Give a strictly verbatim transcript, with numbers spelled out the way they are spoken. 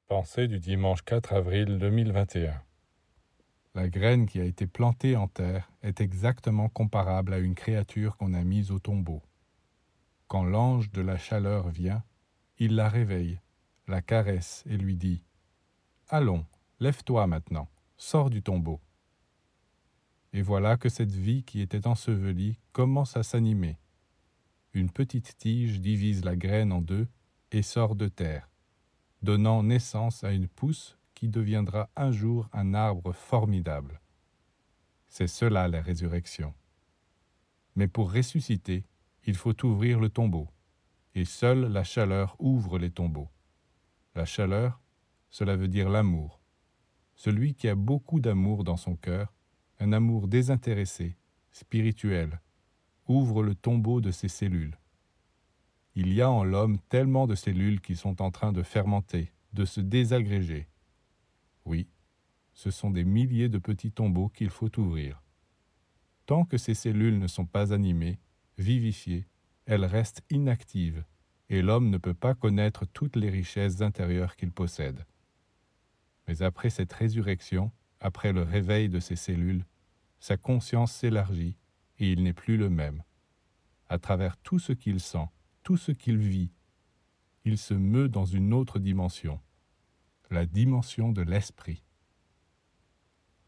Pensée du dimanche quatre avril deux mille vingt et un. La graine qui a été plantée en terre est exactement comparable à une créature qu'on a mise au tombeau. Quand l'ange de la chaleur vient, il la réveille, la caresse et lui dit « Allons, lève-toi maintenant, sors du tombeau ». Et voilà que cette vie qui était ensevelie commence à s'animer. Une petite tige divise la graine en deux et sort de terre, donnant naissance à une pousse qui deviendra un jour un arbre formidable. C'est cela la résurrection. Mais pour ressusciter, il faut ouvrir le tombeau, et seule la chaleur ouvre les tombeaux. La chaleur, cela veut dire l'amour. Celui qui a beaucoup d'amour dans son cœur, un amour désintéressé, spirituel, ouvre le tombeau de ses cellules. Il y a en l'homme tellement de cellules qui sont en train de fermenter, de se désagréger. Oui, ce sont des milliers de petits tombeaux qu'il faut ouvrir. Tant que ces cellules ne sont pas animées, vivifiées, elles restent inactives, et l'homme ne peut pas connaître toutes les richesses intérieures qu'il possède. Mais après cette résurrection, après le réveil de ces cellules, sa conscience s'élargit et il n'est plus le même. À travers tout ce qu'il sent, tout ce qu'il vit, il se meut dans une autre dimension, la dimension de l'esprit.